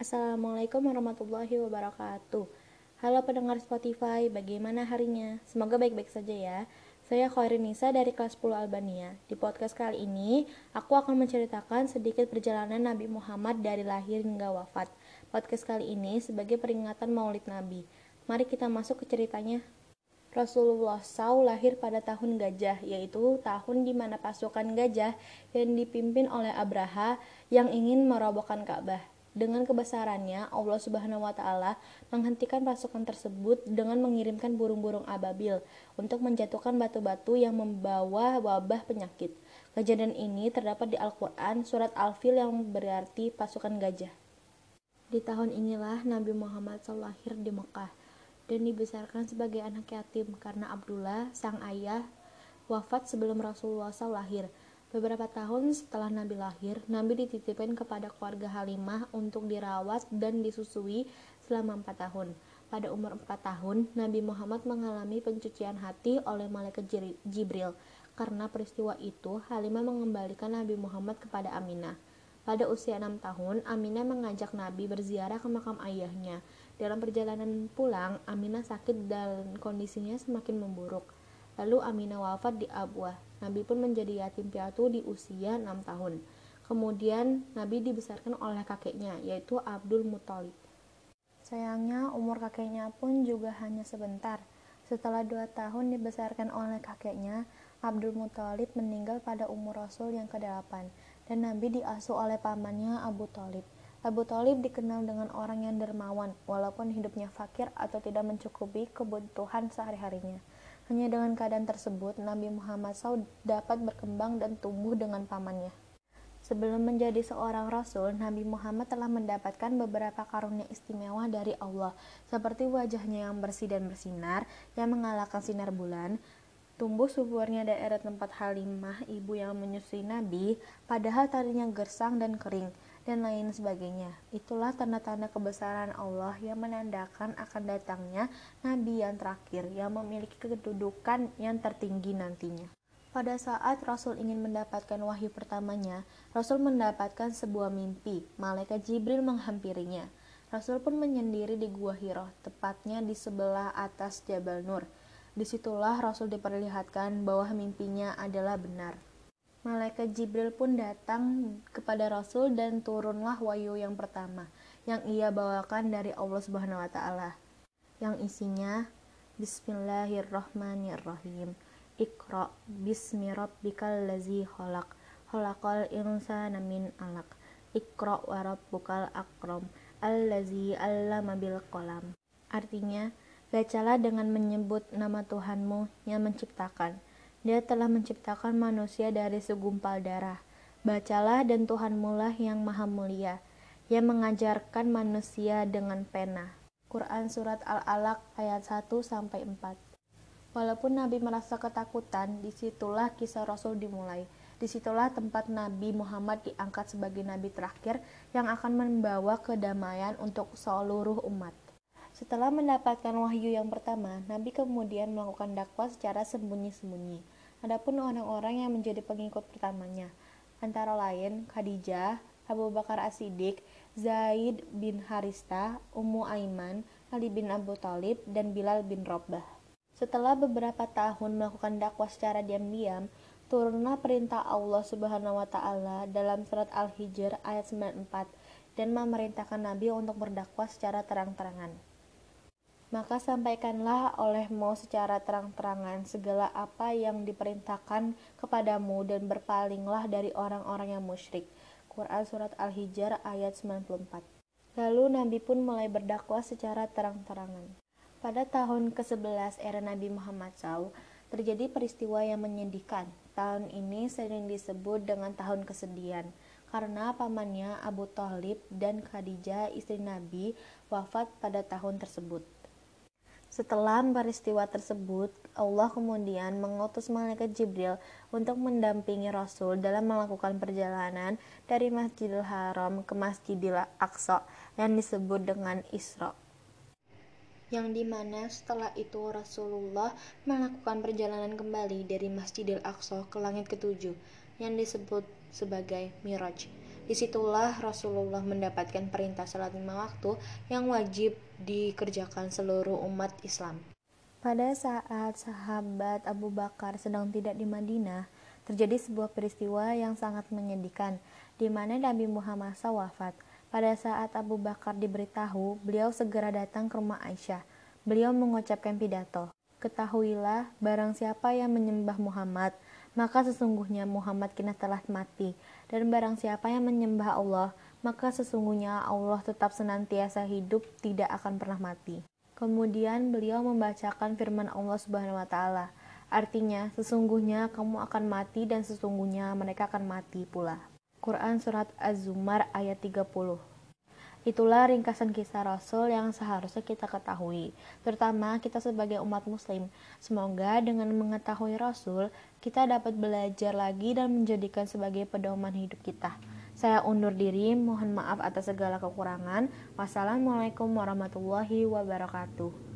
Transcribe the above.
Assalamualaikum warahmatullahi wabarakatuh. Halo pendengar Spotify, bagaimana harinya? Semoga baik-baik saja ya. Saya Khairin Nisa dari kelas 10 Albania. Di podcast kali ini, aku akan menceritakan sedikit perjalanan Nabi Muhammad dari lahir hingga wafat. Podcast kali ini sebagai peringatan Maulid Nabi. Mari kita masuk ke ceritanya. Rasulullah SAW lahir pada tahun gajah, yaitu tahun di mana pasukan gajah yang dipimpin oleh Abraha yang ingin merobohkan Ka'bah. Dengan kebesarannya, Allah Subhanahu wa Ta'ala menghentikan pasukan tersebut dengan mengirimkan burung-burung ababil untuk menjatuhkan batu-batu yang membawa wabah penyakit. Kejadian ini terdapat di Al-Quran, surat Al-Fil yang berarti pasukan gajah. Di tahun inilah Nabi Muhammad SAW lahir di Mekah dan dibesarkan sebagai anak yatim karena Abdullah, sang ayah, wafat sebelum Rasulullah SAW lahir. Beberapa tahun setelah Nabi lahir, Nabi dititipkan kepada keluarga Halimah untuk dirawat dan disusui selama 4 tahun. Pada umur 4 tahun, Nabi Muhammad mengalami pencucian hati oleh malaikat Jibril. Karena peristiwa itu, Halimah mengembalikan Nabi Muhammad kepada Aminah. Pada usia 6 tahun, Aminah mengajak Nabi berziarah ke makam ayahnya. Dalam perjalanan pulang, Aminah sakit dan kondisinya semakin memburuk. Lalu Aminah wafat di Abwah. Nabi pun menjadi yatim piatu di usia 6 tahun. Kemudian Nabi dibesarkan oleh kakeknya, yaitu Abdul Muthalib. Sayangnya umur kakeknya pun juga hanya sebentar. Setelah 2 tahun dibesarkan oleh kakeknya, Abdul Muthalib meninggal pada umur Rasul yang ke-8 dan Nabi diasuh oleh pamannya Abu Thalib. Abu Thalib dikenal dengan orang yang dermawan walaupun hidupnya fakir atau tidak mencukupi kebutuhan sehari-harinya. Hanya dengan keadaan tersebut, Nabi Muhammad SAW dapat berkembang dan tumbuh dengan pamannya. Sebelum menjadi seorang rasul, Nabi Muhammad telah mendapatkan beberapa karunia istimewa dari Allah, seperti wajahnya yang bersih dan bersinar, yang mengalahkan sinar bulan, tumbuh suburnya daerah tempat Halimah, ibu yang menyusui Nabi, padahal tadinya gersang dan kering, dan lain sebagainya. Itulah tanda-tanda kebesaran Allah yang menandakan akan datangnya Nabi yang terakhir, yang memiliki kedudukan yang tertinggi nantinya. Pada saat Rasul ingin mendapatkan wahyu pertamanya, Rasul mendapatkan sebuah mimpi. Malaikat Jibril menghampirinya. Rasul pun menyendiri di Gua Hiro, tepatnya di sebelah atas Jabal Nur. Disitulah Rasul diperlihatkan bahwa mimpinya adalah benar. Malaikat Jibril pun datang kepada Rasul dan turunlah wahyu yang pertama yang ia bawakan dari Allah Subhanahu wa Ta'ala, yang isinya Bismillahirrahmanirrahim. Iqra bismi rabbikal ladzi khalaq, khalaqal insana min 'alaq. Iqra wa rabbukal akram, allazi 'allama bil qalam. Artinya, bacalah dengan menyebut nama Tuhanmu yang menciptakan. Dia telah menciptakan manusia dari segumpal darah. Bacalah, dan Tuhanmu lah yang maha mulia, yang mengajarkan manusia dengan pena. Quran Surat Al-Alaq ayat 1-4. Walaupun Nabi merasa ketakutan, disitulah kisah Rasul dimulai. Disitulah tempat Nabi Muhammad diangkat sebagai Nabi terakhir yang akan membawa kedamaian untuk seluruh umat. Setelah mendapatkan wahyu yang pertama, Nabi kemudian melakukan dakwah secara sembunyi-sembunyi. Adapun orang-orang yang menjadi pengikut pertamanya, antara lain Khadijah, Abu Bakar As-Siddiq, Zaid bin Haristah, Ummu Aiman, Ali bin Abu Thalib, dan Bilal bin Rabah. Setelah beberapa tahun melakukan dakwah secara diam-diam, turunlah perintah Allah Subhanahu wa Ta'ala dalam surat Al-Hijr ayat 94 dan memerintahkan Nabi untuk berdakwah secara terang-terangan. Maka sampaikanlah olehmu secara terang-terangan segala apa yang diperintahkan kepadamu dan berpalinglah dari orang-orang yang musyrik. Quran Surat Al-Hijr ayat 94. Lalu Nabi pun mulai berdakwah secara terang-terangan. Pada tahun ke-11 era Nabi Muhammad SAW, terjadi peristiwa yang menyedihkan. Tahun ini sering disebut dengan tahun kesedihan, karena pamannya Abu Thalib dan Khadijah istri Nabi wafat pada tahun tersebut. Setelah peristiwa tersebut, Allah kemudian mengutus malaikat Jibril untuk mendampingi Rasul dalam melakukan perjalanan dari Masjidil Haram ke Masjidil Aqsa yang disebut dengan Isra. Yang dimana setelah itu Rasulullah melakukan perjalanan kembali dari Masjidil Aqsa ke langit ketujuh yang disebut sebagai Miraj. Disitulah Rasulullah mendapatkan perintah salat 5 waktu yang wajib dikerjakan seluruh umat Islam. Pada saat sahabat Abu Bakar sedang tidak di Madinah, terjadi sebuah peristiwa yang sangat menyedihkan, di mana Nabi Muhammad SAW wafat. Pada saat Abu Bakar diberitahu, beliau segera datang ke rumah Aisyah. Beliau mengucapkan pidato, "Ketahuilah, barang siapa yang menyembah Muhammad, maka sesungguhnya Muhammad kini telah mati. Dan barang siapa yang menyembah Allah, maka sesungguhnya Allah tetap senantiasa hidup, tidak akan pernah mati." Kemudian beliau membacakan firman Allah Subhanahu wa taala. Artinya, sesungguhnya kamu akan mati dan sesungguhnya mereka akan mati pula. Quran Surat Az-Zumar ayat 30. Itulah ringkasan kisah Rasul yang seharusnya kita ketahui, terutama kita sebagai umat muslim. Semoga dengan mengetahui Rasul, kita dapat belajar lagi dan menjadikan sebagai pedoman hidup kita. Saya undur diri, mohon maaf atas segala kekurangan. Wassalamualaikum warahmatullahi wabarakatuh.